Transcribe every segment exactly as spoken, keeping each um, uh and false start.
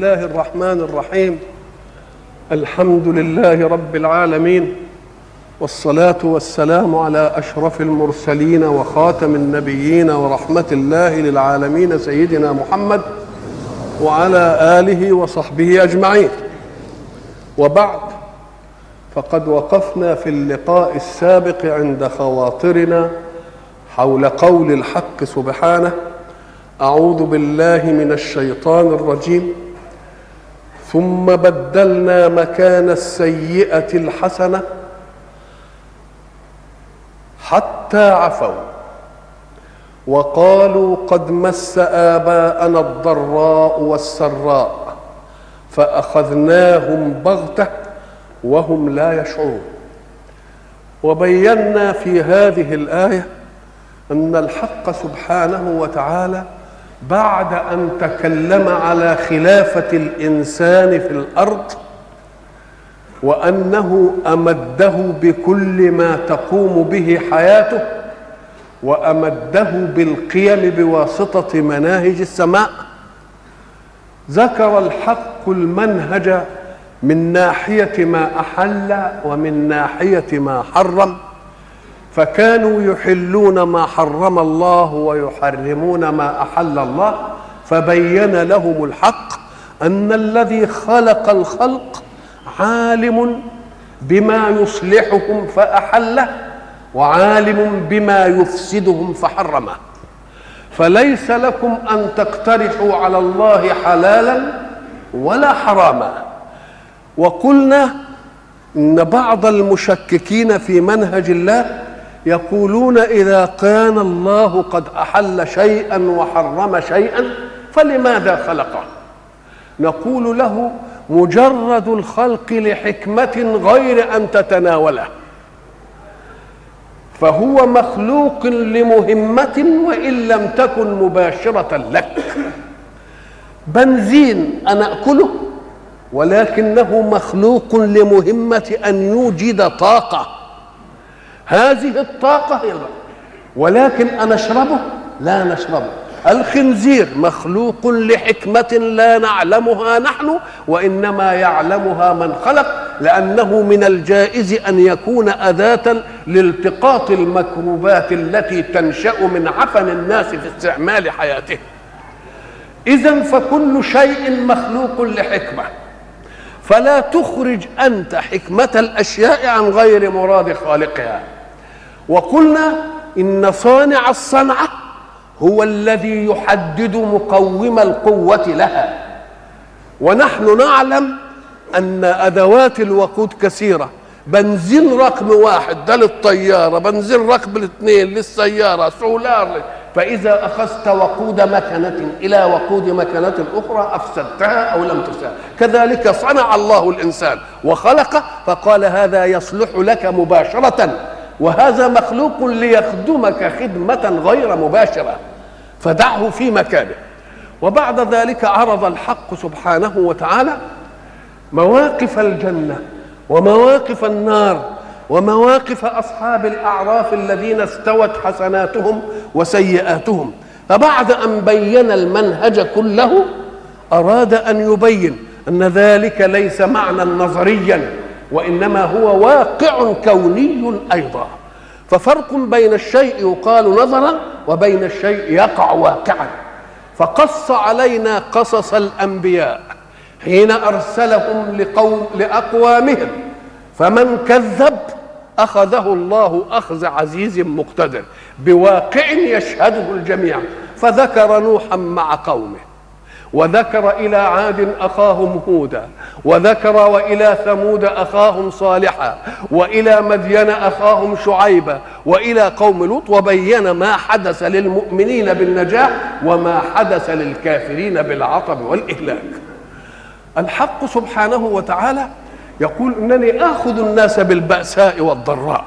الله الرحمن الرحيم. الحمد لله رب العالمين، والصلاة والسلام على أشرف المرسلين وخاتم النبيين ورحمة الله للعالمين سيدنا محمد وعلى آله وصحبه أجمعين. وبعد، فقد وقفنا في اللقاء السابق عند خواطرنا حول قول الحق سبحانه: أعوذ بالله من الشيطان الرجيم، ثم بدلنا مكان السيئة الحسنة حتى عفوا وقالوا قد مس آباءنا الضراء والسراء فأخذناهم بغتة وهم لا يشعرون. وبينا في هذه الآية أن الحق سبحانه وتعالى بعد أن تكلم على خلافة الإنسان في الأرض وأنه أمده بكل ما تقوم به حياته وأمده بالقيم بواسطة مناهج السماء، ذكر الحق المنهج من ناحية ما أحل ومن ناحية ما حرم، فكانوا يحلون ما حرم الله ويحرمون ما أحل الله، فبين لهم الحق أن الذي خلق الخلق عالم بما يصلحهم فأحله وعالم بما يفسدهم فحرمه، فليس لكم أن تقترحوا على الله حلالا ولا حراما. وقلنا إن بعض المشككين في منهج الله يقولون إذا كان الله قد أحل شيئا وحرم شيئا فلماذا خلقه؟ نقول له: مجرد الخلق لحكمة غير أن تتناوله، فهو مخلوق لمهمة وإن لم تكن مباشرة لك. بنزين أنا أكله، ولكنه مخلوق لمهمة أن يوجد طاقة، هذه الطاقة هي، ولكن أنا أشربه؟ لا نشربه. الخنزير مخلوق لحكمة لا نعلمها نحن وإنما يعلمها من خلق، لأنه من الجائز أن يكون أداة لالتقاط الميكروبات التي تنشأ من عفن الناس في استعمال حياتهم. إذن فكل شيء مخلوق لحكمة، فلا تخرج أنت حكمة الأشياء عن غير مراد خالقها. وقلنا إن صانع الصنعة هو الذي يحدد مقوم القوة لها، ونحن نعلم أن أدوات الوقود كثيرة. بنزين رقم واحد ده للطيارة، بنزين رقم الاثنين للسيارة، سولار. فإذا أخذت وقود مكنة إلى وقود مكنة أخرى أفسدتها أو لم تفسدها. كذلك صنع الله الإنسان وخلقه فقال هذا يصلح لك مباشرة، وهذا مخلوق ليخدمك خدمة غير مباشرة، فدعه في مكانه. وبعد ذلك عرض الحق سبحانه وتعالى مواقف الجنة ومواقف النار ومواقف أصحاب الأعراف الذين استوت حسناتهم وسيئاتهم. فبعد أن بين المنهج كله أراد أن يبين أن ذلك ليس معنى نظريا، وإنما هو واقع كوني أيضا. ففرق بين الشيء يقال نظرا وبين الشيء يقع واقعا. فقص علينا قصص الأنبياء حين أرسلهم لقوم لأقوامهم، فمن كذب أخذه الله أخذ عزيز مقتدر بواقع يشهده الجميع. فذكر نوحا مع قومه، وذكر إلى عاد أخاهم هودا، وذكر وإلى ثمود أخاهم صالحا، وإلى مدين أخاهم شعيبا، وإلى قوم لوط، وبين ما حدث للمؤمنين بالنجاح وما حدث للكافرين بالعطب والإهلاك. الحق سبحانه وتعالى يقول إنني آخذ الناس بالبأساء والضراء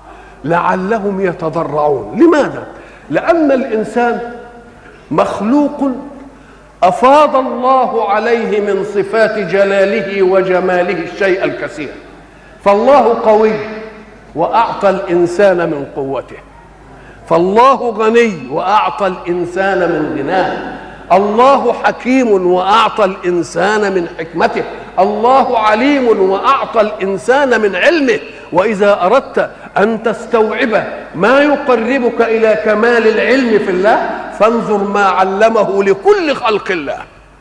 لعلهم يتضرعون. لماذا؟ لأن الإنسان مخلوق أفاض الله عليه من صفات جلاله وجماله الشيء الكثير. فالله قوي وأعطى الإنسان من قوته، فالله غني وأعطى الإنسان من غناه. الله حكيم وأعطى الإنسان من حكمته، الله عليم وأعطى الإنسان من علمه. وإذا أردت أن تستوعب ما يقربك إلى كمال العلم في الله فانظر ما علمه لكل خلق الله،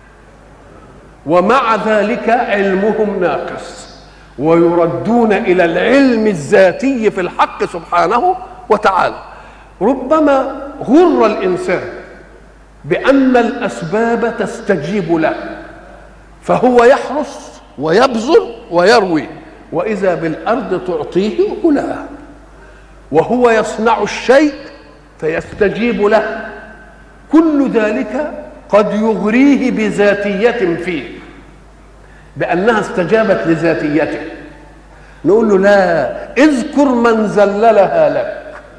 ومع ذلك علمهم ناقص، ويردون إلى العلم الذاتي في الحق سبحانه وتعالى. ربما غر الإنسان بأن الأسباب تستجيب له، فهو يحرس ويبذل ويروي، وإذا بالأرض تعطيه أكلها، وهو يصنع الشيء فيستجيب له. كل ذلك قد يغريه بذاتية فيه، بأنها استجابت لذاتيته. نقول له لا، اذكر من ذللها لك.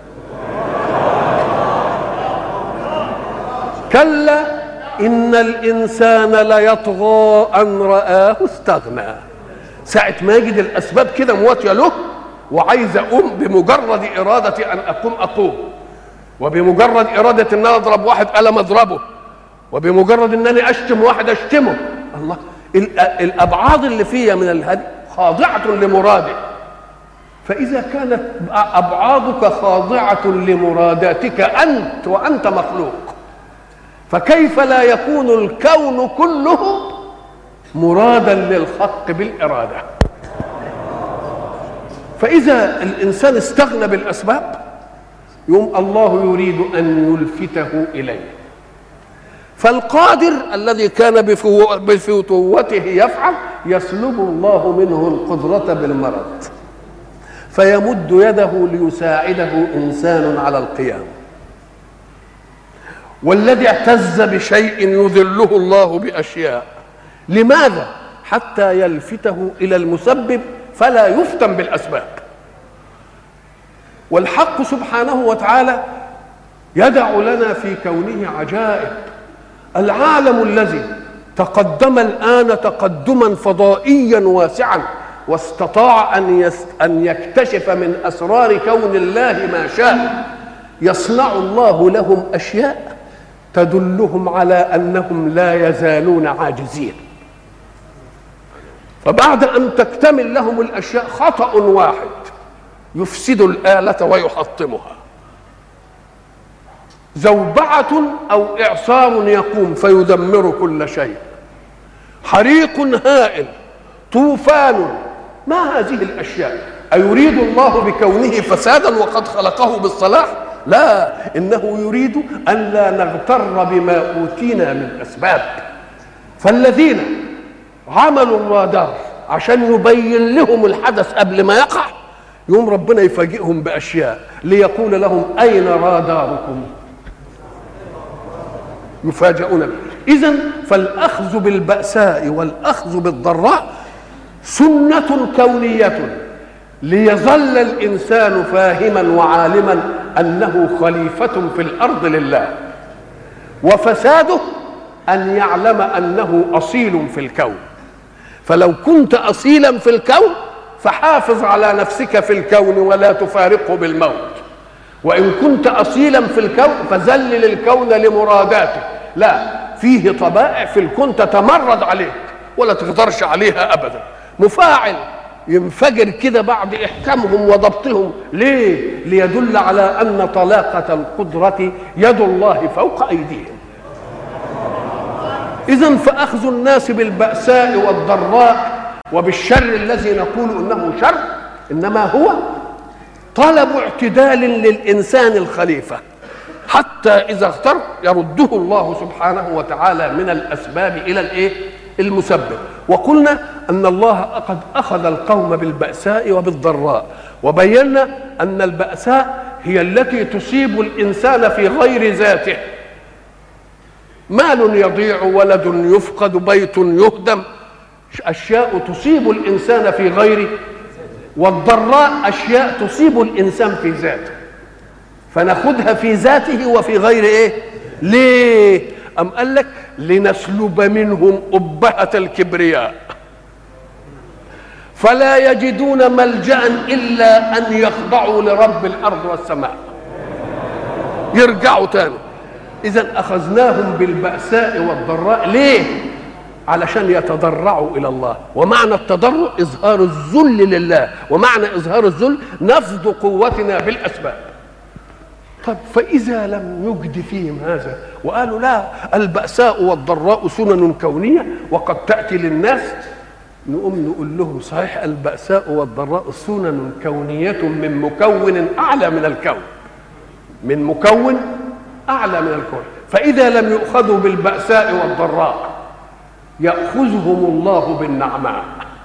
كلا إن الإنسان ليطغى أن رآه استغنى. ساعة ما يجد الأسباب كده مواتية له وعايز أقوم، بمجرد إرادة أن أقوم أقوم، وبمجرد إرادة أن أنا أضرب واحد قلم أضربه، وبمجرد أنني أشتم واحد أشتمه. الله، الأبعاد اللي فيها من الهدي خاضعة لمراده. فإذا كانت أبعادك خاضعة لمراداتك أنت وأنت مخلوق، فكيف لا يكون الكون كله مرادا للخلق بالإرادة؟ فإذا الإنسان استغنى بالأسباب يوم الله يريد أن يلفته إليه. فالقادر الذي كان بفتوته يفعل يسلب الله منه القدرة بالمرض، فيمد يده ليساعده إنسان على القيام. والذي اعتز بشيء يذله الله بأشياء. لماذا؟ حتى يلفته إلى المسبب فلا يفتن بالأسباب. والحق سبحانه وتعالى يدع لنا في كونه عجائب. العالم الذي تقدم الآن تقدما فضائيا واسعا واستطاع أن أن يكتشف من أسرار كون الله ما شاء، يصنع الله لهم أشياء تدلهم على أنهم لا يزالون عاجزين. فبعد أن تكتمل لهم الأشياء خطأ واحد يفسد الآلة ويحطمها، زوبعة أو إعصار يقوم فيدمر كل شيء، حريق هائل، طوفان. ما هذه الأشياء؟ أيريد الله بكونه فسادا وقد خلقه بالصلاح؟ لا، إنه يريد أن لا نغتر بما أوتينا من أسباب. فالذين عملوا الرادار عشان يبين لهم الحدث قبل ما يقع، يوم ربنا يفاجئهم بأشياء ليقول لهم أين راداركم؟ يفاجئون به. إذن فالأخذ بالبأساء والأخذ بالضراء سنة كونية ليظل الإنسان فاهما وعالما أنه خليفة في الأرض لله، وفساده أن يعلم أنه أصيل في الكون. فلو كنت أصيلا في الكون فحافظ على نفسك في الكون ولا تفارقه بالموت، وإن كنت أصيلا في الكون فذلل الكون لمراداته. لا، فيه طبائع في الكون تتمرد عليك ولا تقدرش عليها أبدا. مفاعل ينفجر كده بعد إحكامهم وضبطهم. ليه؟ ليدل على أن طلاقة القدرة يد الله فوق أيديهم. إذن فأخذ الناس بالبأساء والضراء وبالشر الذي نقول إنه شر إنما هو طلب اعتدال للإنسان الخليفة، حتى إذا اختر يرده الله سبحانه وتعالى من الأسباب إلى الإيه؟ المسبب. وقلنا أن الله قد أخذ القوم بالبأساء وبالضراء، وبينا أن البأساء هي التي تصيب الإنسان في غير ذاته، مال يضيع، ولد يفقد، بيت يهدم، أشياء تصيب الإنسان في غير. والضراء أشياء تصيب الإنسان في ذاته، فناخدها في ذاته وفي غير إيه؟ ليه؟ أم قال لك لنسلب منهم أبهة الكبرياء فلا يجدون ملجأ إلا أن يخضعوا لرب الأرض والسماء، يرجعوا تاني. إذن أخذناهم بالبأساء والضراء. ليه؟ علشان يتضرعوا إلى الله. ومعنى التضرع إظهار الذل لله، ومعنى إظهار الذل نفض قوتنا بالأسباب. طب فإذا لم يجد فيهم هذا وقالوا لا، البأساء والضراء سنن كونية وقد تأتي للناس، نقوم نقول لهم صحيح البأساء والضراء سنن كونية من مكون أعلى من الكون، من مكون أعلى من الكون. فإذا لم يؤخذوا بالبأساء والضراء يأخذهم الله بالنعماء.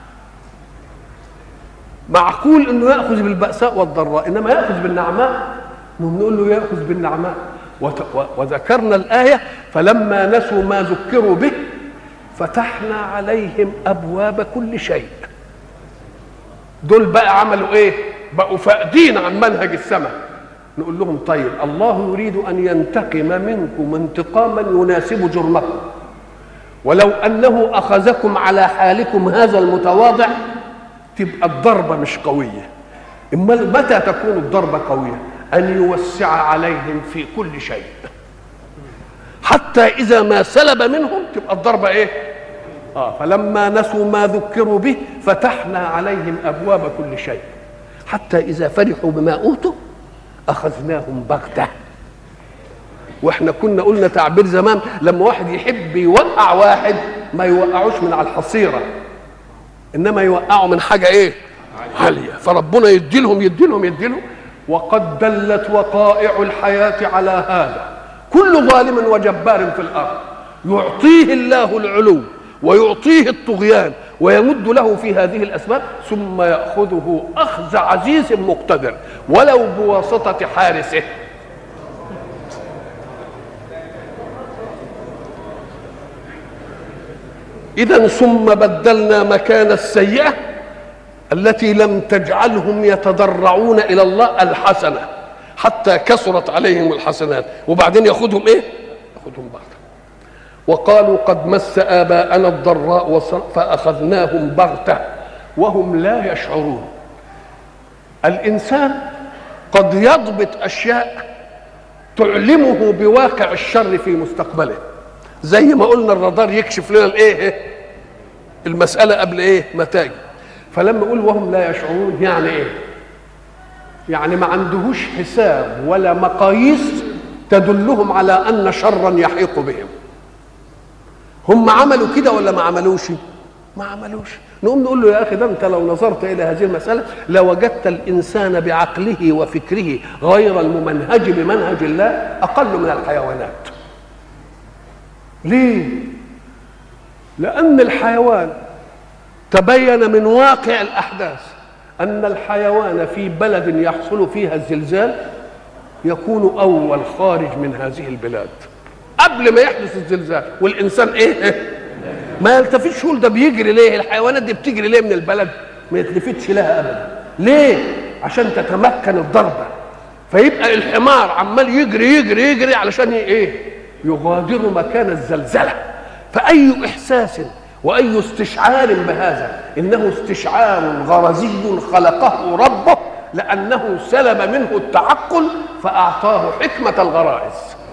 معقول أنه يأخذ بالبأساء والضراء، إنما يأخذ بالنعماء نقول له يأخذ بالنعماء. وذكرنا الآية فلما نسوا ما ذكروا به فتحنا عليهم أبواب كل شيء. دول بقى عملوا إيه؟ بقوا فاقدين عن منهج السماء. نقول لهم طيب الله يريد أن ينتقم منكم انتقاما يناسب جرمكم، ولو أنه أخذكم على حالكم هذا المتواضع تبقى الضربة مش قوية. إما متى تكون الضربة قوية؟ أن يوسع عليهم في كل شيء، حتى إذا ما سلب منهم تبقى الضربة إيه؟ آه فلما نسوا ما ذكروا به فتحنا عليهم أبواب كل شيء حتى إذا فرحوا بما أوتوا أخذناهم بغتة. واحنا كنا قلنا تعبير زمان لما واحد يحب يوقع واحد ما يوقعوش من على الحصيرة، إنما يوقعوا من حاجة إيه؟ عالية. فربنا يديلهم يديلهم يديلهم. وقد دلت وقائع الحياة على هذا. كل ظالم وجبار في الأرض يعطيه الله العلو ويعطيه الطغيان ويمد له في هذه الأسباب، ثم يأخذه أخذ عزيز مقتدر ولو بواسطة حارسه. إذن ثم بدلنا مكان السيئة التي لم تجعلهم يتضرعون إلى الله الحسنة حتى كثرت عليهم الحسنات، وبعدين ياخذهم إيه؟ ياخذهم بغتة. وقالوا قد مس آباءنا الضراء فأخذناهم بغتة وهم لا يشعرون. الإنسان قد يضبط أشياء تعلمه بواقع الشر في مستقبله، زي ما قلنا الرادار يكشف لنا الإيه؟ المسألة قبل إيه؟ ما تاجي. فلما يقول وهم لا يشعرون يعني ايه؟ يعني ما عندهوش حساب ولا مقاييس تدلهم على ان شرا يحيق بهم. هم عملوا كده ولا ما عملوش؟ ما عملوش. نقوم نقول له يا اخي ده انت لو نظرت الى هذه المساله لوجدت الانسان بعقله وفكره غير الممنهج بمنهج الله اقل من الحيوانات. ليه؟ لان الحيوان تبين من واقع الأحداث أن الحيوان في بلد يحصل فيها الزلزال يكون أول خارج من هذه البلاد قبل ما يحدث الزلزال. والإنسان إيه؟ ما يلتفتش يقول ده بيجري ليه؟ الحيوانات دي بتجري ليه من البلد؟ ما يتلفتش لها أبدا. ليه؟ عشان تتمكن الضربة. فيبقى الحمار عمال يجري يجري يجري علشان إيه؟ يغادر مكان الزلزلة. فأي إحساس وأي استشعار بهذا إنه استشعار غرزي خلقه ربه لأنه سلب منه التعقل فأعطاه حكمة الغرائز.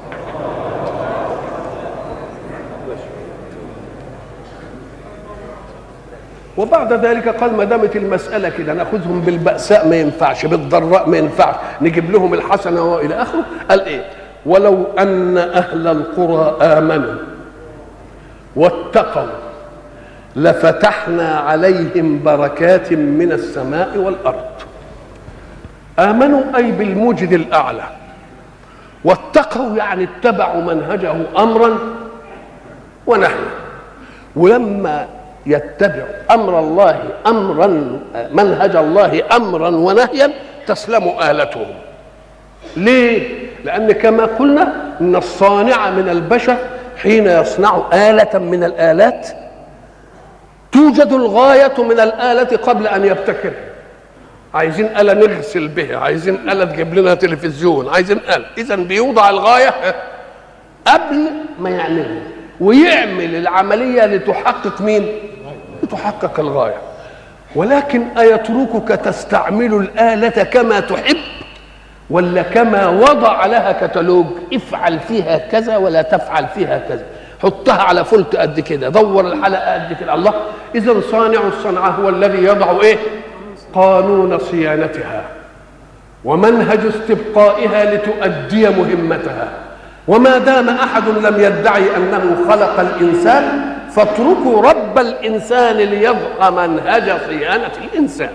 وبعد ذلك قال ما دامت المسألة كده ناخذهم بالبأساء ما ينفعش، بالضراء ما ينفعش، نجيب لهم الحسنة وإلى آخره. قال إيه؟ ولو أن أهل القرى آمنوا واتقوا لفتحنا عليهم بركات من السماء والأرض. آمنوا أي بالموجد الأعلى، واتقوا يعني اتبعوا منهجه أمرا ونهيا. ولما يتبع أمر الله أمرا منهج الله أمرا ونهيا تسلم آلتهم. ليه؟ لأن كما قلنا إن الصانع من البشر حين يصنع آلة من الآلات توجد الغاية من الآلة قبل أن يبتكر. عايزين آلة نغسل بها، عايزين آلة تجيب لنا تلفزيون، عايزين آلة. إذن بيوضع الغاية قبل ما يعملها، ويعمل العملية لتحقق مين؟ لتحقق الغاية. ولكن أيتركك تستعمل الآلة كما تحب ولا كما وضع لها كتالوج افعل فيها كذا ولا تفعل فيها كذا، حطها على فلت قد كده، دور الحلقه قد كده. الله، اذا صانع الصنعه هو الذي يضع ايه؟ قانون صيانتها ومنهج استبقائها لتؤدي مهمتها. وما دام احد لم يدعي انه خلق الانسان فاتركوا رب الانسان ليضع منهج صيانه الانسان.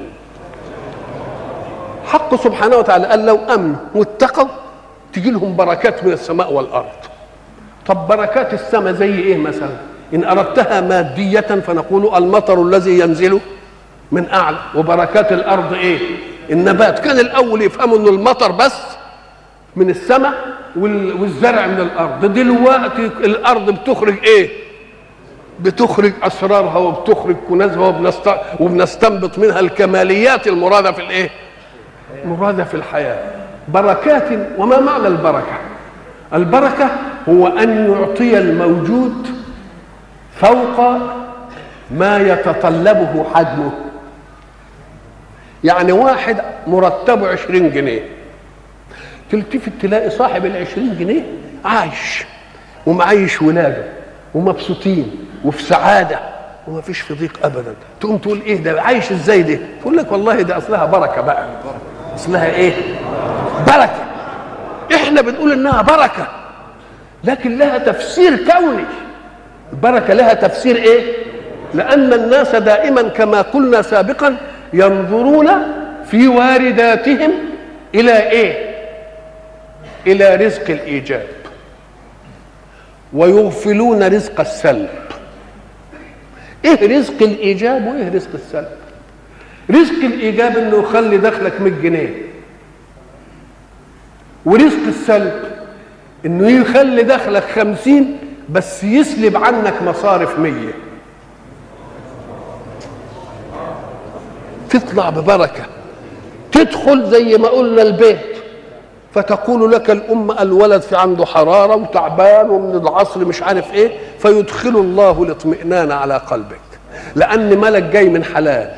حق سبحانه وتعالى قال لو امنوا واتقوا تجي لهم بركات من السماء والارض. طب بركات السماء زي ايه مثلا؟ ان اردتها ماديه فنقول المطر الذي ينزل من اعلى. وبركات الارض ايه؟ النبات. كان الاول يفهموا ان المطر بس من السماء والزرع من الارض. دلوقتي الارض بتخرج ايه؟ بتخرج اسرارها وبتخرج كنوزها وبنستنبط منها الكماليات المراده في الايه؟ مرادة في الحياة. بركات. وما معنى البركة؟ البركة هو أن يعطي الموجود فوق ما يتطلبه حجمه. يعني واحد مرتبه عشرين جنيه، تلتفت تلاقي صاحب العشرين جنيه عايش ومعيش ولاده ومبسوطين وفي سعادة وما فيش في ضيق أبدا. تقوم تقول إيه ده عايش إزاي ده؟ تقول لك والله ده أصلها بركة بقى. اسمها ايه؟ بركه. احنا بنقول انها بركه لكن لها تفسير كوني. البركه لها تفسير ايه؟ لان الناس دائما كما قلنا سابقا ينظرون في وارداتهم الى ايه؟ الى رزق الايجاب ويغفلون رزق السلب. ايه رزق الايجاب وايه رزق السلب؟ رزق الايجاب انه يخلي دخلك مية جنيه، ورزق السلب انه يخلي دخلك خمسين بس يسلب عنك مصارف مية. تطلع ببركه، تدخل زي ما قلنا البيت فتقول لك الام الولد في عنده حراره وتعبان ومن العصر مش عارف ايه، فيدخل الله الاطمئنان على قلبك لان ملك جاي من حلال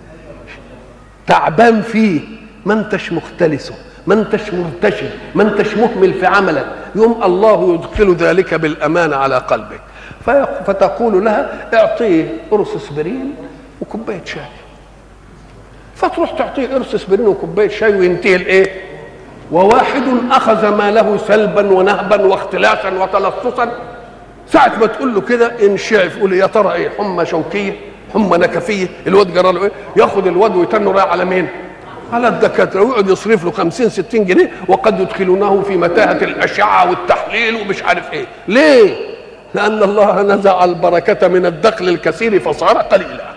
تعبان فيه، ما انتش مختلسه، ما انتش مرتشي، ما انتش مهمل في عملك، يوم الله يدخل ذلك بالامان على قلبك. فتقول لها اعطيه قرص اسبرين وكوبايه شاي، فتروح تعطيه قرص اسبرين وكوبايه شاي وينتهي الايه؟ وواحد اخذ ماله سلبا ونهبا واختلاسا وتلصصا، ساعه ما تقول له كده انشعف يقول يا ترى ايه؟ حمى شوكيه، حمى نكفيه، الواد جرى له ايه؟ ياخد الواد ويتنه رايح على مين؟ على الدكاتره، ويقعد يصرف له خمسين ستين جنيه وقد يدخلونه في متاهه الاشعه والتحليل ومش عارف ايه. ليه؟ لان الله نزع البركه من الدخل الكثير فصار قليلا،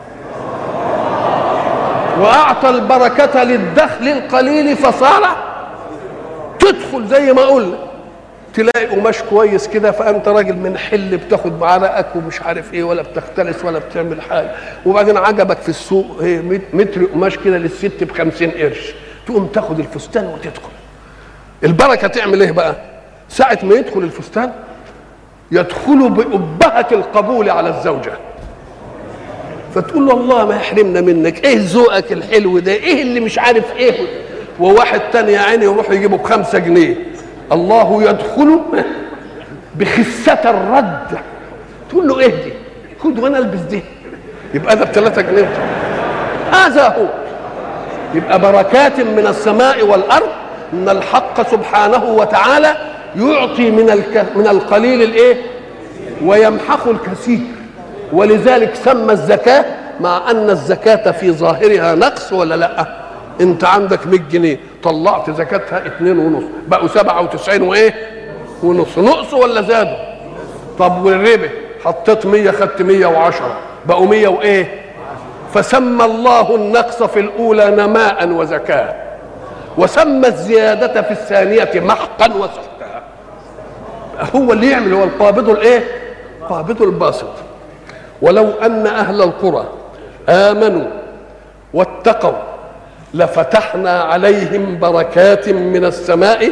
واعطى البركه للدخل القليل فصار. تدخل زي ما قلنا تلاقي قماش كويس كده، فانت راجل من حل بتاخد معلقك ومش عارف ايه، ولا بتختلس ولا بتعمل حاجه، وبعدين عجبك في السوق ايه متر قماش كده للست ب خمسين قرش، تقوم تاخد الفستان وتدخل. البركه تعمل ايه بقى؟ ساعه ما يدخل الفستان يدخل بأبهة القبول على الزوجه، فتقول له الله ما يحرمنا منك، ايه ذوقك الحلو ده، ايه اللي مش عارف ايه. وواحد تاني يا عيني يروح يجيبه بخمسة جنيه، الله يدخل بخسة الرد، تقول له ايه دي؟ خد وانا البس دي، يبقى ده بثلاثة جنيه. هذا هو. يبقى بركات من السماء والارض ان الحق سبحانه وتعالى يعطي من الك... من القليل الايه؟ ويمحق الكثير. ولذلك سمى الزكاة، مع ان الزكاة في ظاهرها نقص ولا لا؟ انت عندك مية جنيه طلعت زكاتها اتنين ونص، بقوا سبعة وتسعين وايه؟ ونص. نقص ولا زادوا؟ طب والربا حطيت مية خدت مية وعشرة، بقوا مية وايه؟ فسمى الله النقص في الاولى نماء وزكاة، وسمى الزيادة في الثانية محقا وسحقا. هو اللي يعمل، هو القابض الايه؟ قابض الباسط. ولو ان اهل القرى امنوا واتقوا لفتحنا عليهم بركات من السماء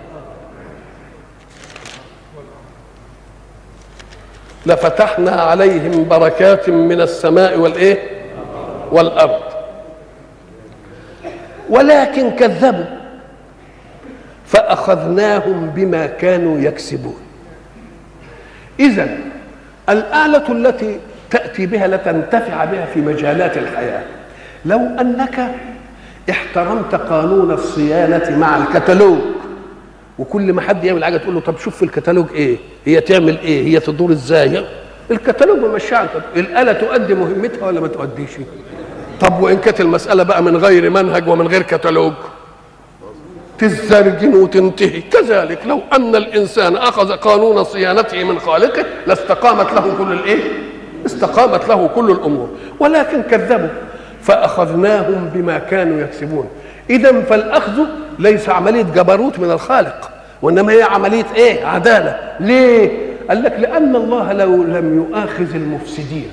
لفتحنا عليهم بركات من السماء والايه؟ والارض، ولكن كذبوا فأخذناهم بما كانوا يكسبون. إذن الآلة التي تأتي بها لتنتفع بها في مجالات الحياة. لو أنك احترمت قانون الصيانة مع الكتالوج، وكل ما حد يعمل حاجة تقول له طب شوف في الكتالوج ايه، هي تعمل ايه، هي تدور ازاي، الكتالوج ممشيها. الآلة تؤدي مهمتها ولا ما تؤديش؟ طب وإن كانت المسألة بقى من غير منهج ومن غير كتالوج تزرجن وتنتهي. كذلك لو أن الإنسان أخذ قانون صيانته من خالقه لاستقامت له كل الإيه؟ استقامت له كل الأمور، ولكن كذبوا فأخذناهم بما كانوا يكسبون. إذن فالأخذ ليس عملية جبروت من الخالق، وإنما هي عملية إيه؟ عدالة. ليه؟ قال لك لأن الله لو لم يؤاخذ المفسدين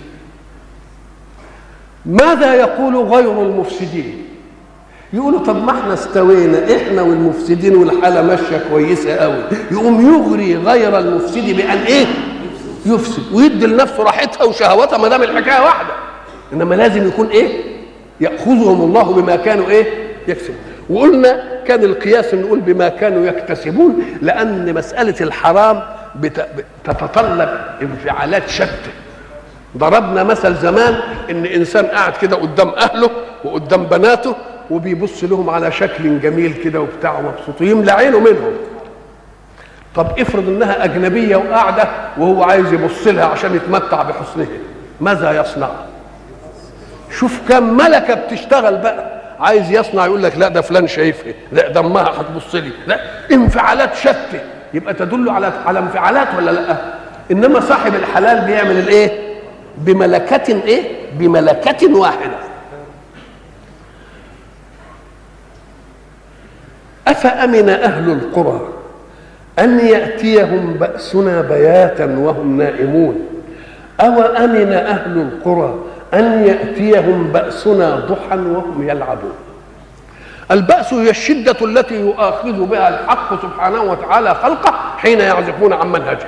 ماذا يقول غير المفسدين؟ يقولوا طب ما احنا استوينا احنا والمفسدين والحاله ماشيه كويسه قوي، يقوم يغري غير المفسد بان ايه؟ يفسد ويدي لنفسه راحتها وشهوتها ما دام الحكايه واحده. انما لازم يكون ايه؟ ياخذهم الله بما كانوا ايه؟ يكسبون. وقلنا كان القياس نقول بما كانوا يكتسبون، لان مساله الحرام بتتطلب انفعالات شتى. ضربنا مثل زمان ان انسان قاعد كده قدام اهله وقدام بناته وبيبص لهم على شكل جميل كده وبتاع ومبسوط يملى عينه منهم. طب افرض انها اجنبيه وقاعده وهو عايز يبص لها عشان يتمتع بحسنها، ماذا يصنع؟ شوف كم ملكه بتشتغل بقى، عايز يصنع يقول لك لا ده فلان شايفها، لا دمها هتبص لي، لا انفعالات شتى. يبقى تدل على على انفعالات ولا لا؟ انما صاحب الحلال بيعمل الايه؟ بملكة ايه؟ بملكة واحدة. أفأمن أهل القرى أن يأتيهم بأسنا بياتا وهم نائمون أو أمن أهل القرى أن يأتيهم بأسنا ضحى وهم يلعبون. البأس هي الشدة التي يؤاخذ بها الحق سبحانه وتعالى خلقه حين يعزفون عن منهجه.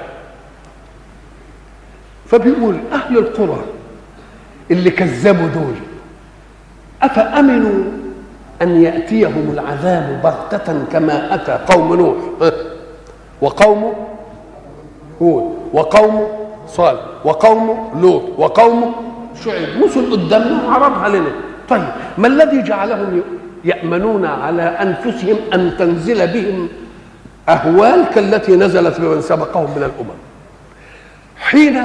فبيقول أهل القرى اللي كذبوا دول أفأمنوا أن يأتيهم العذاب بغتة كما أتى قوم نوح وقوم هود وقوم صالح وقوم لوط وقوم شعيب، رسل قدامنا وعرضها لنا. طيب ما الذي جعلهم يأمنون على أنفسهم أن تنزل بهم أهوال كالتي نزلت بمن سبقهم من الأمم؟ حين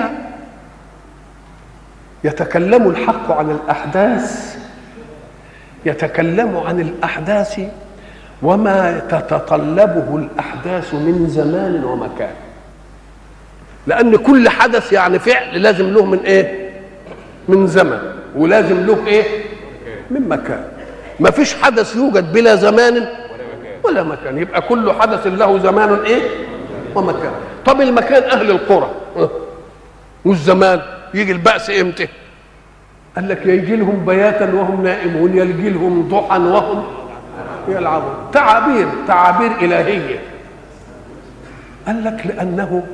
يتكلم الحق عن الأحداث يتكلم عن الأحداث وما تتطلبه الأحداث من زمان ومكان، لأن كل حدث يعني فعل لازم له من إيه؟ من زمن، ولازم له إيه؟ من مكان. ما فيش حدث يوجد بلا زمان ولا مكان، يبقى كل حدث له زمان إيه؟ ومكان. طب المكان أهل القرى والزمان يجي البأس إمتى؟ قال لك يجي لهم بياتا وهم نائمون، يجي لهم ضحى وهم يلعبون. تعابير تعابير إلهية. قال لك لأنه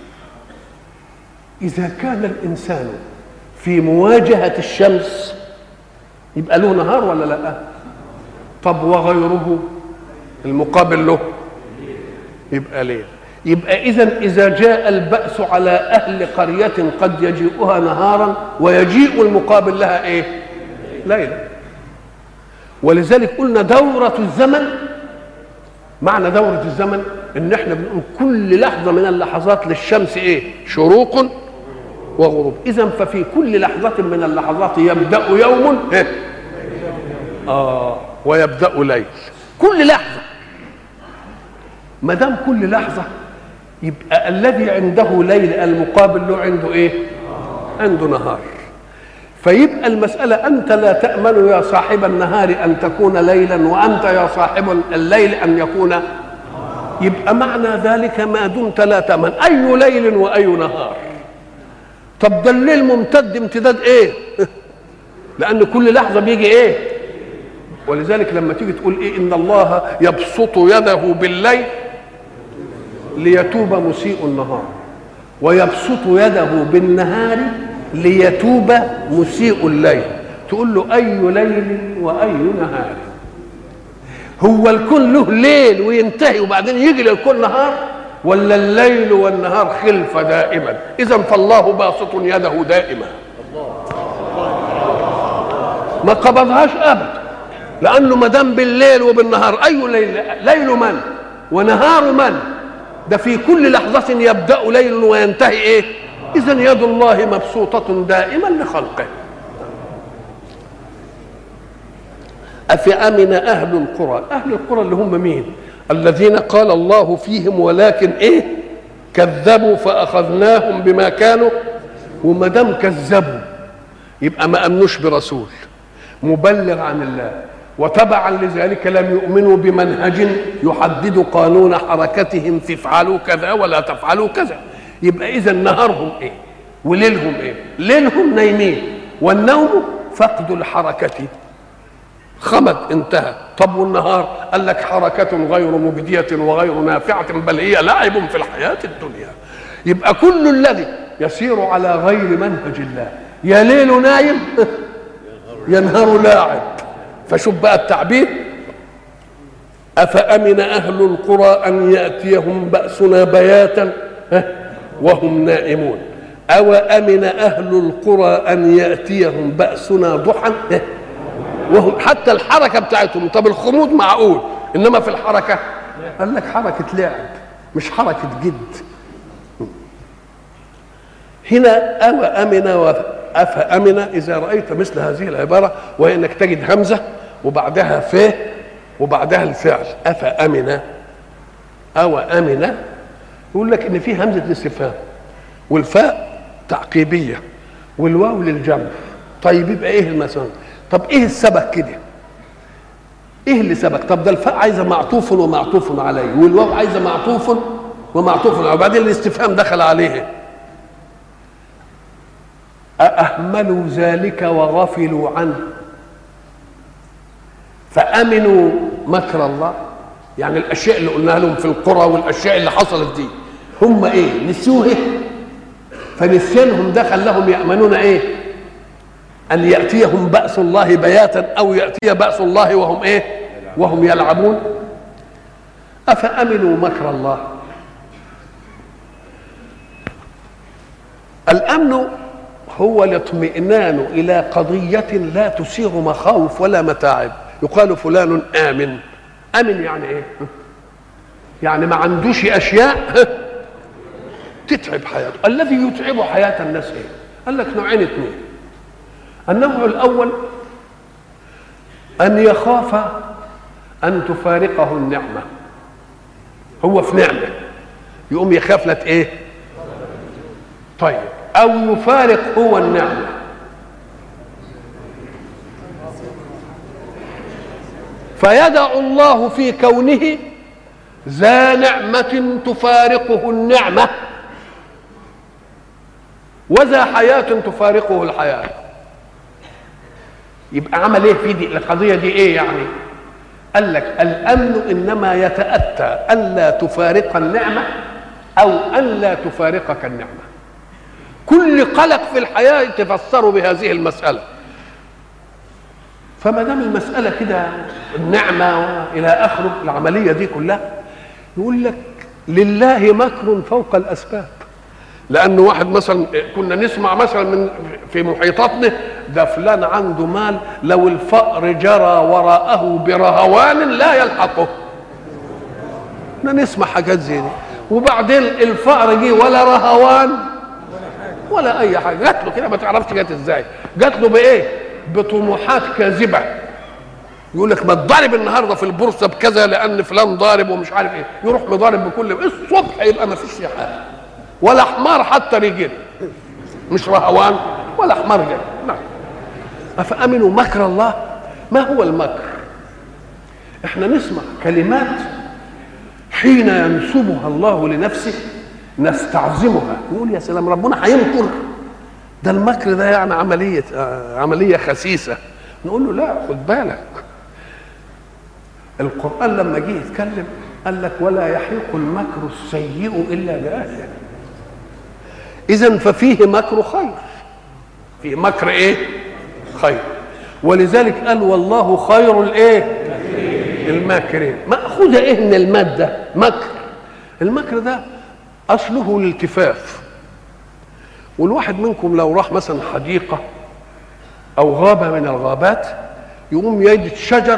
إذا كان الإنسان في مواجهة الشمس يبقى له نهار ولا لا؟ طب وغيره المقابل له يبقى ليل. يبقى إذن إذا جاء البأس على أهل قرية قد يجيئها نهارا ويجيء المقابل لها إيه؟ ليلا. ولذلك قلنا دورة الزمن، معنى دورة الزمن إن إحنا بنقول كل لحظة من اللحظات للشمس إيه؟ شروق وغروب. إذن ففي كل لحظة من اللحظات يبدأ يوم إيه؟ آه ويبدأ ليل. كل لحظة. ما دام كل لحظة يبقى الذي عنده ليل المقابل له عنده ايه؟ عنده نهار. فيبقى المسألة أنت لا تأمن يا صاحب النهار أن تكون ليلا، وأنت يا صاحب الليل أن يكون. يبقى معنى ذلك ما دمت لا تأمن أي ليل وأي نهار. طب ده الليل ممتد امتداد ايه؟ لأن كل لحظة بيجي ايه؟ ولذلك لما تيجي تقول ايه إن الله يبسط يده بالليل ليتوب مسيء النهار ويبسط يده بالنهار ليتوب مسيء الليل، تقول له أي ليل وأي نهار. هو الكون له ليل وينتهي وبعدين يجي للكون نهار، ولا الليل والنهار خلفة دائما؟ إذا فالله باسط يده دائما، ما قبضهاش أبدا، لأنه ما دام بالليل وبالنهار، أي ليل؟ ليل من ونهار من؟ ده في كل لحظة يبدأ ليل وينتهي إيه؟ إذا يد الله مبسوطة دائما لخلقه. أفأمن أهل القرى، أهل القرى اللي هم مين؟ الذين قال الله فيهم ولكن إيه؟ كذبوا فأخذناهم بما كانوا. وما دام كذبوا يبقى ما أمنوش برسول مبلغ عن الله، وتبعا لذلك لم يؤمنوا بمنهج يحدد قانون حركتهم في افعلوا كذا ولا تفعلوا كذا. يبقى إذا نهارهم إيه وليلهم إيه؟ ليلهم نايمين، والنوم فقد الحركة، خمد انتهى. طب والنهار؟ قال لك حركة غير مجدية وغير نافعة، بل هي لعب في الحياة الدنيا. يبقى كل الذي يسير على غير منهج الله يا ليل نايم يا نهار لاعب. فشوف بقى التعبير، أفأمن أهل القرى أن يأتيهم بأسنا بياتا وهم نائمون، أو أمن أهل القرى أن يأتيهم بأسنا ضحى وهم، حتى الحركة بتاعتهم. طب الخمود معقول، إنما في الحركة قال لك حركة لعب مش حركة جد. هنا أو أمن وأفأمن، إذا رأيت مثل هذه العبارة وهي أنك تجد همزة وبعدها ف وبعدها الفعل، أفأمن أو أمن، يقول لك إن في همزة الاستفهام والفاء تعقيبية والواو للجمع. طيب يبقى إيه المسألة؟ طب إيه السبب كده؟ إيه اللي سبق؟ طب ده الفاء عايزة معطوف ومعطوف عليه، والواو عايزة معطوف ومعطوف عليه، وبعدين الاستفهام دخل عليه. أأهملوا ذلك وغفلوا عنه فأمنوا مكر الله. يعني الأشياء اللي قلناها لهم في القرى والأشياء اللي حصلت دي هم إيه؟ نسيوه، فنسيانهم دخل لهم يأمنون إيه؟ أن يأتيهم بأس الله بياتا أو يأتي بأس الله وهم إيه؟ وهم يلعبون. أفأمنوا مكر الله. الأمن هو الاطمئنان إلى قضية لا تسيغ مخاوف ولا متاعب. يقال فلان آمن. آمن يعني إيه؟ يعني ما عندوش أشياء تتعب حياته. الذي يتعب حياة الناس إيه؟ قال لك نوعين اثنين. النوع الأول أن يخاف أن تفارقه النعمة، هو في نعمة يقوم يخاف لك إيه؟ طيب، أو يفارق هو النعمة، فيدع الله في كونه ذا نعمة تفارقه النعمة وذا حياة تفارقه الحياة. يبقى عمل ايه في دي القضيه دي؟ ايه يعني؟ قال لك الامن انما يتاتى الا تفارق النعمه او ان لا تفارقك النعمه. كل قلق في الحياه تفسر بهذه المساله. فما دام المساله كده النعمه الى اخره العمليه دي كلها، يقول لك لله مكر فوق الاسباب. لأن واحد مثلا كنا نسمع مثلا من في محيطاتنا ده فلان عنده مال لو الفقر جرى وراءه برهوان لا يلحقه. نسمع حاجات زي دي، وبعدين الفقر جه ولا رهوان ولا أي حاجة، جات له كده ما تعرفش جات ازاي. جات له بإيه؟ بطموحات كاذبة. يقول لك ما تضارب النهارده في البورصة بكذا لأن فلان ضارب ومش عارف إيه، يروح مضارب بكل الصبح يبقى ما فيش حاجة ولا حمار حتى رجل، مش رهوان ولا حمار رجل. نعم. أفأمنوا مكر الله. ما هو المكر؟ احنا نسمع كلمات حين ينسبها الله لنفسه نستعظمها، نقول يا سلام ربنا هيمكر. ده المكر ده يعني عملية آه عملية خسيسة. نقول له لا، خد بالك، القرآن لما جه يتكلم قال لك ولا يحيق المكر السيء إلا بأهله. إذن ففيه مكر خير، فيه مكر إيه؟ خير. ولذلك قال والله خير الإيه؟ الماكرين. مأخوذة ايه من المادة؟ مكر. المكر ده اصله الالتفاف، والواحد منكم لو راح مثلا حديقة او غابة من الغابات يقوم يجد شجر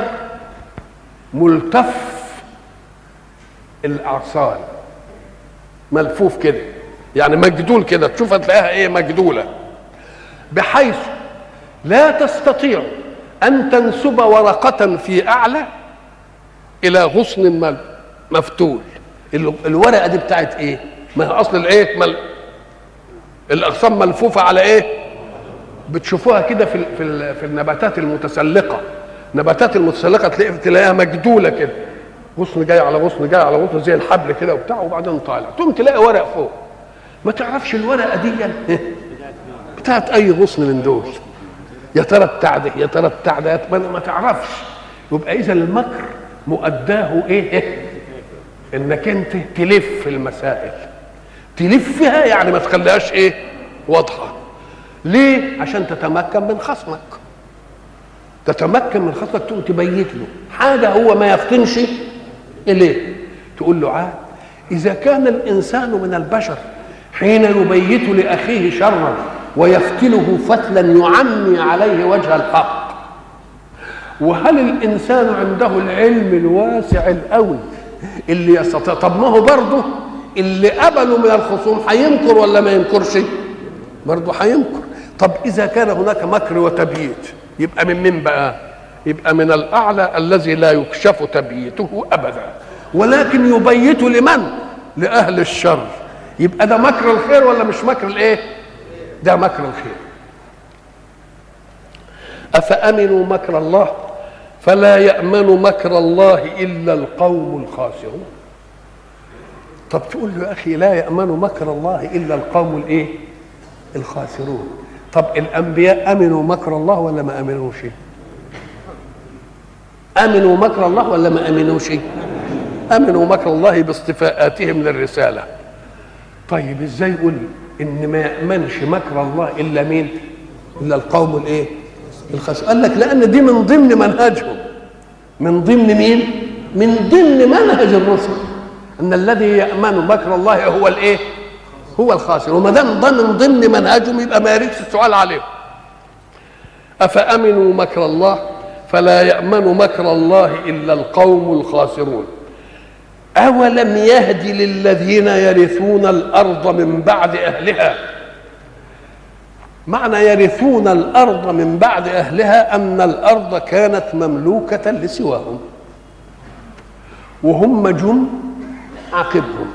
ملتف الاعصار، ملفوف كده، يعني مجدول كده، تشوفها تلاقيها ايه؟ مجدولة، بحيث لا تستطيع ان تنسب ورقة في اعلى الى غصن مفتول. الورقة دي بتاعت ايه؟ ما هي اصل الايه؟ مل... الاغصان ملفوفة على ايه؟ بتشوفوها كده في في في النباتات المتسلقة. نباتات المتسلقة تلاقي تلاقيها مجدولة كده، غصن جاي على غصن جاي على غصن زي الحبل كده وبتاع، وبعدين طالع تقوم تلاقي ورق فوق، ما تعرفش الورقة دي بتاعت اي غصن من دول، يا ترى بتاع ده يا ترى بتاع ده، ما تعرفش. يبقى اذا المكر مؤداه ايه؟ انك انت تلف المسائل، تلفها يعني ما تخليهاش ايه؟ واضحه. ليه؟ عشان تتمكن من خصمك، تتمكن من خصمك، تقوم تبيت له حاجه هو ما يفطنش اليه، تقول له عاد اذا كان الانسان من البشر حين يبيت لاخيه شرا ويفتله فتلا يعمي عليه وجه الحق، وهل الانسان عنده العلم الواسع القوي اللي يستطيع؟ طب ما هو برضه اللي قبلوا من الخصوم هينكر ولا ما ينكرش؟ برضه هينكر. طب اذا كان هناك مكر وتبييت يبقى من مين بقى؟ يبقى من الاعلى الذي لا يكشف تبييته ابدا، ولكن يبيت لمن؟ لاهل الشر. يبقى ده مكر الخير ولا مش مكر الايه؟ ده مكر الخير. افامنوا مكر الله فلا يامن مكر الله الا القوم الخاسرون. طب تقول له يا اخي لا يامن مكر الله الا القوم الايه؟ الخاسرون. طب الانبياء امنوا مكر الله ولا ما امنوش؟ امنوا مكر الله ولا ما امنوش؟ امنوا مكر الله باصطفاءاتهم للرساله. طيب ازاي يقول ان ما يامنش مكر الله الا مين؟ الا القوم الايه؟ الخاسرون. قال لك لان دي من ضمن منهجهم. من ضمن مين؟ من ضمن منهج الرسل ان الذي يامن مكر الله هو الايه؟ هو الخاسر. وما دام ده من ضمن منهجهم يبقى ما يريدش السؤال عليهم. افامنوا مكر الله فلا يامن مكر الله الا القوم الخاسرون. اولم يهد للذين يرثون الارض من بعد اهلها. معنى يرثون الارض من بعد اهلها ان الارض كانت مملوكه لسواهم وهم جم عقبهم.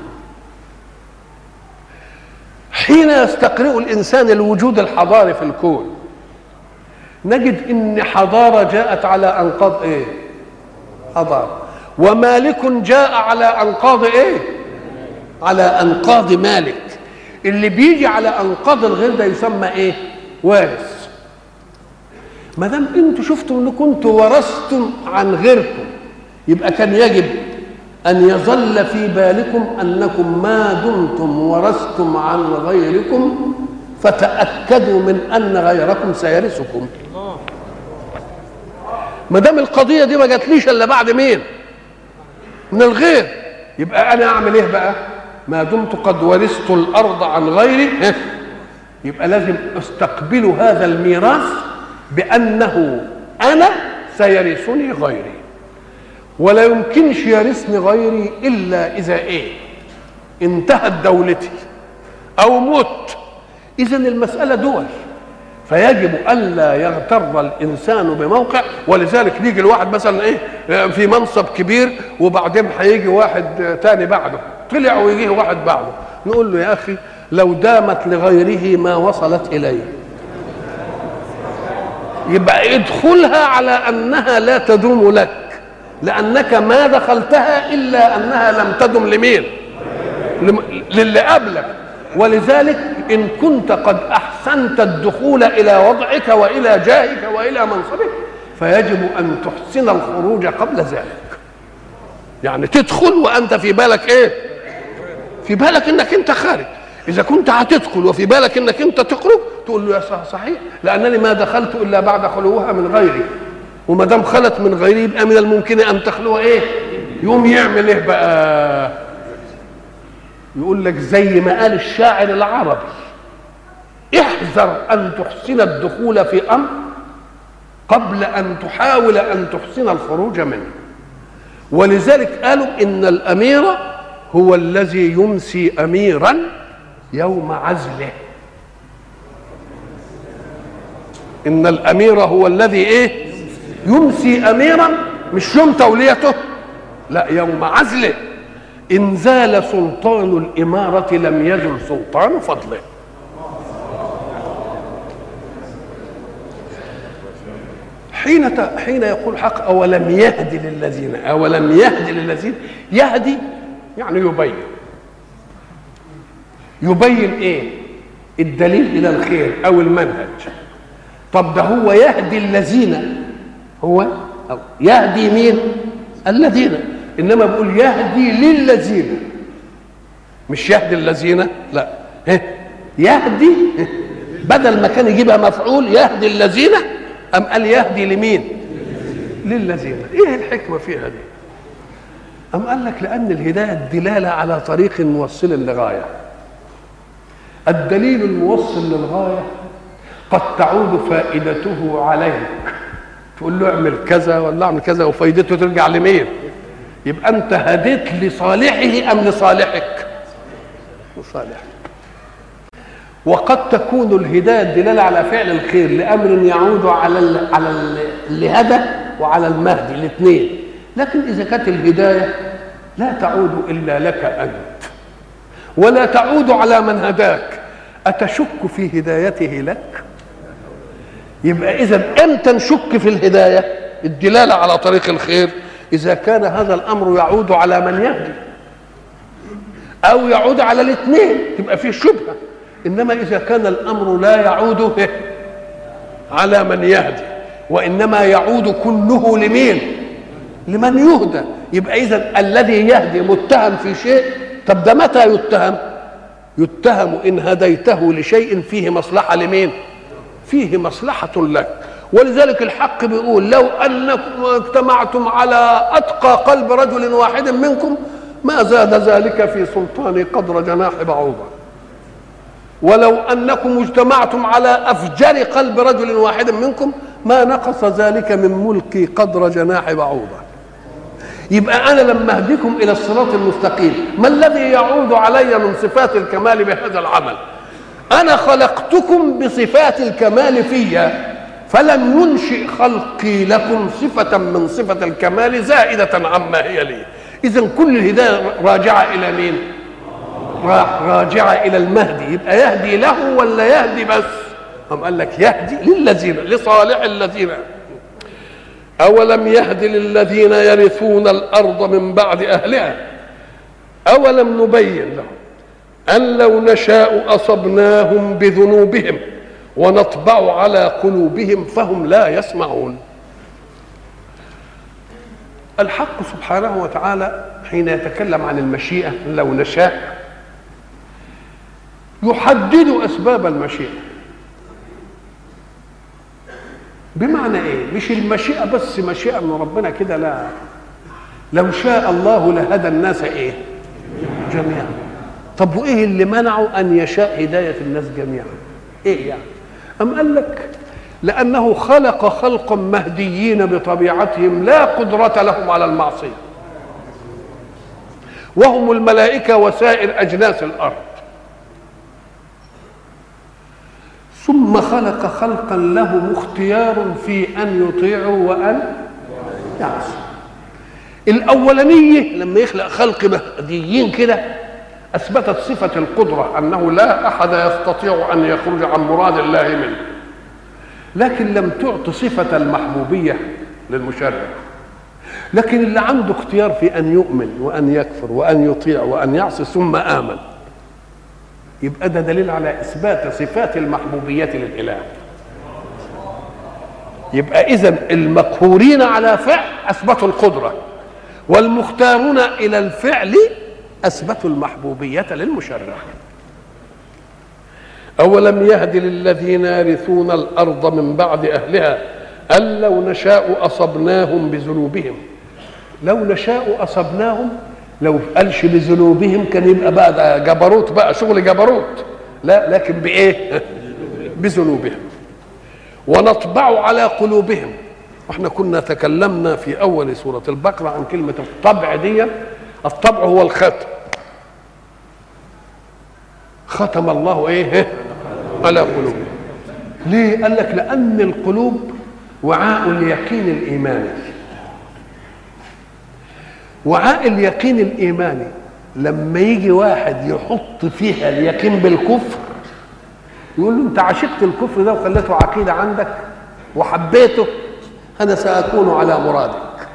حين يستقرئ الانسان الوجود الحضاري في الكون نجد ان حضاره جاءت على انقاض ايه؟ حضاره. ومالك جاء على انقاض ايه؟ على انقاض مالك. اللي بيجي على انقاض الغير ده يسمى ايه؟ وارث. ما دام انتوا شفتوا ان كنتوا ورثتم عن غيركم يبقى كان يجب ان يظل في بالكم انكم ما دمتم ورثتم عن غيركم فتاكدوا من ان غيركم سيرثكم. ما دام القضيه دي ما جاتليش الا بعد مين؟ من الغير. يبقى انا اعمل ايه بقى؟ ما دمت قد ورثت الارض عن غيري يبقى لازم استقبل هذا الميراث بانه انا سيرثني غيري، ولا يمكنش يرثني غيري الا اذا ايه؟ انتهت دولتي او مت. اذا المساله دول، فيجب الا يغتر الانسان بموقع. ولذلك يجي الواحد مثلا ايه في منصب كبير وبعدين هيجي واحد تاني بعده، طلع ويجيه واحد بعده، نقول له يا اخي لو دامت لغيره ما وصلت اليه. يبقى ادخلها على انها لا تدوم لك، لانك ما دخلتها الا انها لم تدم لمين؟ للي قبلك. ولذلك ان كنت قد احسنت الدخول الى وضعك والى جاهك والى منصبك فيجب ان تحسن الخروج قبل ذلك. يعني تدخل وانت في بالك ايه؟ في بالك انك انت خارج. اذا كنت هتدخل وفي بالك انك انت تخرج تقول له يا صحيح لانني ما دخلت الا بعد خلوها من غيري، وما دام خلت من غيره يبقى من الممكن ان تخلو ايه؟ يقوم يعمل ايه بقى؟ يقول لك زي ما قال الشاعر العربي: احذر ان تحسن الدخول في امر قبل ان تحاول ان تحسن الخروج منه. ولذلك قالوا ان الامير هو الذي يمسي اميرا يوم عزله. ان الامير هو الذي ايه؟ يمسي اميرا، مش يوم توليته، لا، يوم عزله. ان زال سلطان الاماره لم يزل سلطان فضله. حين حين يقول حق اولم يهدي للذين اولم يهدي للذين يهدي يعني يبين. يبين ايه؟ الدليل الى الخير او المنهج. طب ده هو يهدي الذين، هو أو يهدي مين؟ الذين. انما بيقول يهدي للذين، مش يهدي الذين، لا، يهدي بدل ما كان يجيبها مفعول يهدي الذين أم قال يهدي لمين؟ للذين. ايه الحكمه فيها دي؟ أم قال لك لأن الهداية الدلالة على طريق موصل لغاية. الدليل الموصل للغاية قد تعود فائدته عليك، تقول له اعمل كذا ولا اعمل كذا وفائدته ترجع لمين؟ يبقى أنت هديت لصالحه أم لصالحك؟ لصالحك. وقد تكون الهداية الدلالة على فعل الخير لأمر يعود على على اللي هدى وعلى المهدي الاثنين. لكن إذا كانت الهداية لا تعود إلا لك أنت ولا تعود على من هداك، أتشك في هدايته لك؟ يبقى إذا أنت نشك في الهداية الدلالة على طريق الخير إذا كان هذا الأمر يعود على من يهدي أو يعود على الاثنين، تبقى فيه شبهة. إنما إذا كان الأمر لا يعود على من يهدي وإنما يعود كله لمين؟ لمن يهدى، يبقى إذا الذي يهدي متهم في شيء. طب ده متى يتهم؟ يتهم إن هديته لشيء فيه مصلحة لمين؟ فيه مصلحة لك. ولذلك الحق بيقول لو أنكم اجتمعتم على أتقى قلب رجل واحد منكم ما زاد ذلك في سلطان قدر جناح بعوضة، ولو أنكم اجتمعتم على أفجر قلب رجل واحد منكم ما نقص ذلك من ملكي قدر جناح بعوضة. يبقى أنا لما أهديكم إلى الصراط المستقيم ما الذي يعود علي من صفات الكمال بهذا العمل؟ أنا خلقتكم بصفات الكمال فيا، فلم ينشئ خلقي لكم صفة من صفة الكمال زائدة عما هي لي. إذن كل الهداية راجعة إلى مين؟ راجعة إلى المهدي. يبقى يهدي له ولا يهدي بس؟ هم قال لك يهدي للذين، لصالح الذين. أولم يهدي للذين يرثون الأرض من بعد أهلها أولم نبين لهم أن لو نشاء أصبناهم بذنوبهم ونطبع على قلوبهم فهم لا يسمعون. الحق سبحانه وتعالى حين يتكلم عن المشيئة لو نشاء يحدد أسباب المشيئة. بمعنى ايه؟ مش المشيئة بس مشيئة من ربنا كده، لا، لو شاء الله لهدى الناس ايه؟ جميعا. طب وايه اللي منعوا ان يشاء هداية الناس جميعا؟ ايه يعني؟ ام قال لك لانه خلق خلقا مهديين بطبيعتهم لا قدرة لهم على المعصية، وهم الملائكة وسائر اجناس الارض. ثم خلق خلقا لهم اختيار في ان يطيعوا وان يعصوا. الاولانيه لما يخلق خلق مهديين كده اثبتت صفه القدره، انه لا احد يستطيع ان يخرج عن مراد الله منه، لكن لم تعط صفه المحبوبيه للمشرع. لكن اللي عنده اختيار في ان يؤمن وان يكفر وان يطيع وان يعصي ثم امن، يبقى ده دليل على اثبات صفات المحبوبيه للاله. يبقى اذن المقهورين على فعل اثبتوا القدره، والمختارون الى الفعل اثبتوا المحبوبيه للمشرع. اولم يهد للذين يرثون الارض من بعد اهلها أن لو نشاء أصبناهم بذنوبهم. لو نشاء أصبناهم، لو قالش بذنوبهم كان يبقى بقى ده جبروت، بقى شغل جبروت. لا، لكن بإيه؟ بذنوبهم. ونطبع على قلوبهم. واحنا كنا تكلمنا في أول سورة البقرة عن كلمة الطبع دي. الطبع هو الختم. ختم الله ايه؟ على قلوبهم. ليه؟ قال لك لأن القلوب وعاء اليقين الإيماني. وعاء اليقين الإيماني لما يجي واحد يحط فيها اليقين بالكفر يقول له انت عشقت الكفر ده وخليته عقيدة عندك وحبيته، أنا سأكون على مرادك.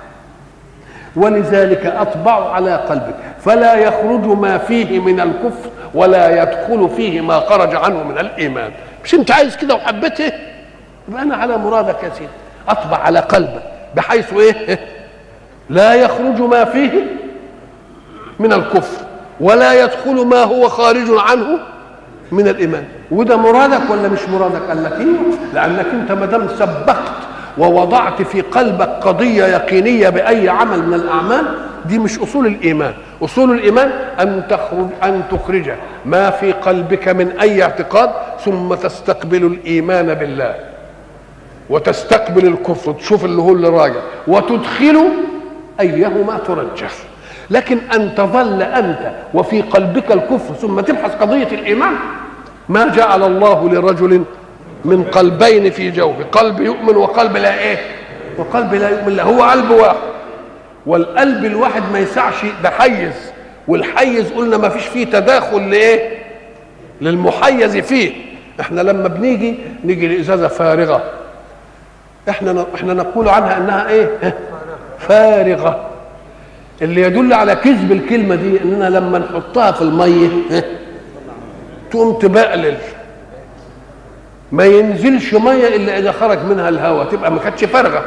ولذلك أطبع على قلبك فلا يخرج ما فيه من الكفر ولا يدخل فيه ما خرج عنه من الإيمان. مش انت عايز كده وحبيته؟ يبقى أنا على مرادك يا سيدي. أطبع على قلبك بحيث إيه؟ لا يخرج ما فيه من الكفر ولا يدخل ما هو خارج عنه من الإيمان. وده مرادك ولا مش مرادك؟ قال لك ايه؟ لأنك انت ما دام سبقت ووضعت في قلبك قضية يقينية بأي عمل من الأعمال، دي مش أصول الإيمان. أصول الإيمان أن تخرج أن تخرج ما في قلبك من أي اعتقاد ثم تستقبل الإيمان بالله وتستقبل الكفر، تشوف اللي هو اللي راجع وتدخل أيهما ترجح. لكن أن تظل أنت وفي قلبك الكفر ثم تبحث قضية الإيمان، ما جعل الله لرجل من قلبين في جوفه، قلب يؤمن وقلب لا ايه؟ وقلب لا يؤمن. لا، هو قلب واحد، والقلب الواحد ما يسعش، ده حيز، والحيز قلنا ما فيش فيه تداخل لايه؟ للمحيز فيه. احنا لما بنيجي نيجي لازازه فارغه احنا احنا نقول عنها انها ايه؟ فارغه. اللي يدل على كذب الكلمه دي اننا لما نحطها في الميه تقوم تبقلل، ما ينزلش ميه الا اذا خرج منها الهواء، تبقى ما كانتش فارغه.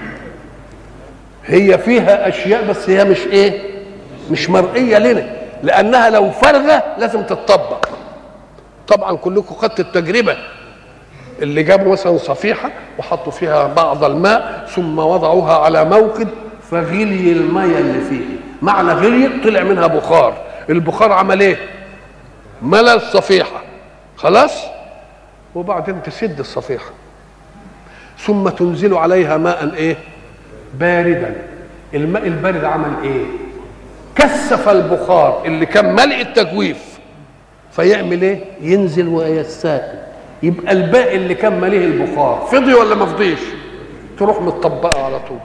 هي فيها اشياء بس هي مش ايه؟ مش مرئيه لنا، لانها لو فارغه لازم تتطبق. طبعا كلكم خدت التجربه اللي جابوا مثلا صفيحه وحطوا فيها بعض الماء ثم وضعوها على موقد فغلي الميه اللي فيه، معنى غليت طلع منها بخار، البخار عمل ايه؟ ملى الصفيحه، خلاص؟ وبعدين تسد الصفيحه ثم تنزل عليها ماء ايه؟ باردا. الماء البارد عمل ايه؟ كثف البخار اللي كان ملء التجويف، فيعمل ايه؟ ينزل ويسائل، يبقى الباقي اللي كان مليه البخار فضي ولا ما فضيش؟ تروح متطبقه على طول.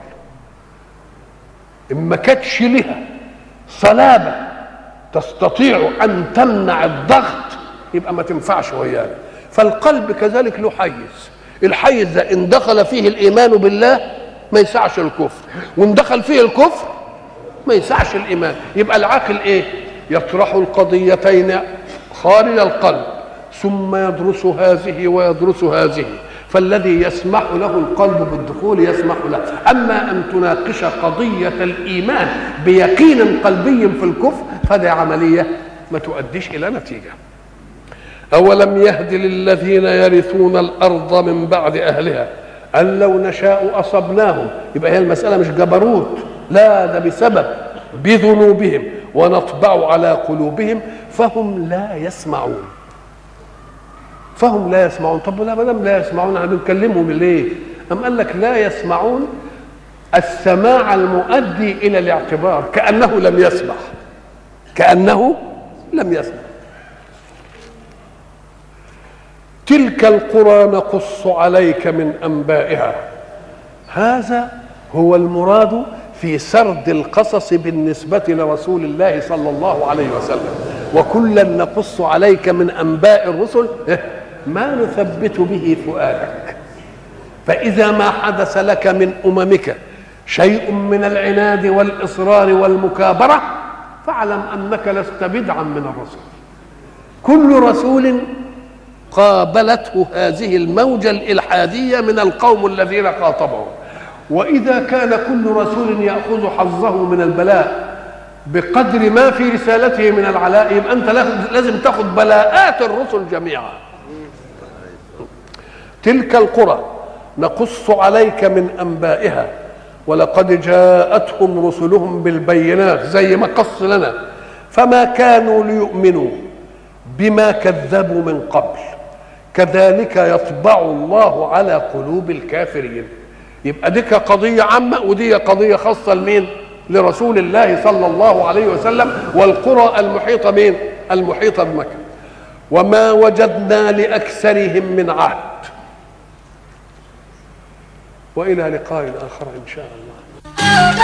اما كانتش لها صلابه تستطيع ان تمنع الضغط يبقى ما تنفعش ويانا. فالقلب كذلك له حيز، الحيز ده ان دخل فيه الايمان بالله ما يسعش الكفر، وان دخل فيه الكفر ما يسعش الايمان. يبقى العاقل ايه؟ يطرح القضيتين خارج القلب ثم يدرس هذه ويدرس هذه، فالذي يسمح له القلب بالدخول يسمح له. اما ان تناقش قضيه الايمان بيقين قلبي في الكفر فهذه عمليه ما تؤديش الى نتيجه. أولم يهد للذين يرثون الأرض من بعد أهلها أن لو نشاء أصبناهم. يبقى هي المسألة مش جبروت، لا، ده بسبب بذنوبهم ونطبع على قلوبهم فهم لا يسمعون. فهم لا يسمعون. طب لا، ما دام لا يسمعون احنا بنكلمهم ليه؟ أم قال لك لا يسمعون السماع المؤدي إلى الاعتبار، كأنه لم يسمع، كأنه لم يسمع. تلك القرى نقص عليك من أنبائها. هذا هو المراد في سرد القصص بالنسبة لرسول الله صلى الله عليه وسلم. وكلا نقص عليك من أنباء الرسل ما نثبت به فؤادك. فإذا ما حدث لك من أممك شيء من العناد والإصرار والمكابرة فاعلم أنك لست بدعا من الرسل. كل رسول قابلته هذه الموجة الإلحادية من القوم الذين خاطبهم. وإذا كان كل رسول يأخذ حظه من البلاء بقدر ما في رسالته من العلاء، يبقى أنت لازم تأخذ بلاءات الرسل جميعا. تلك القرى نقص عليك من أنبائها ولقد جاءتهم رسلهم بالبينات زي ما قص لنا فما كانوا ليؤمنوا بما كذبوا من قبل كذلك يطبع الله على قلوب الكافرين. يبقى دي قضية عامة ودي قضية خاصة لمين؟ لرسول الله صلى الله عليه وسلم والقرى المحيطة مين؟ المحيطة بمكة. وما وجدنا لأكثرهم من عهد وإلى لقاء آخر إن شاء الله.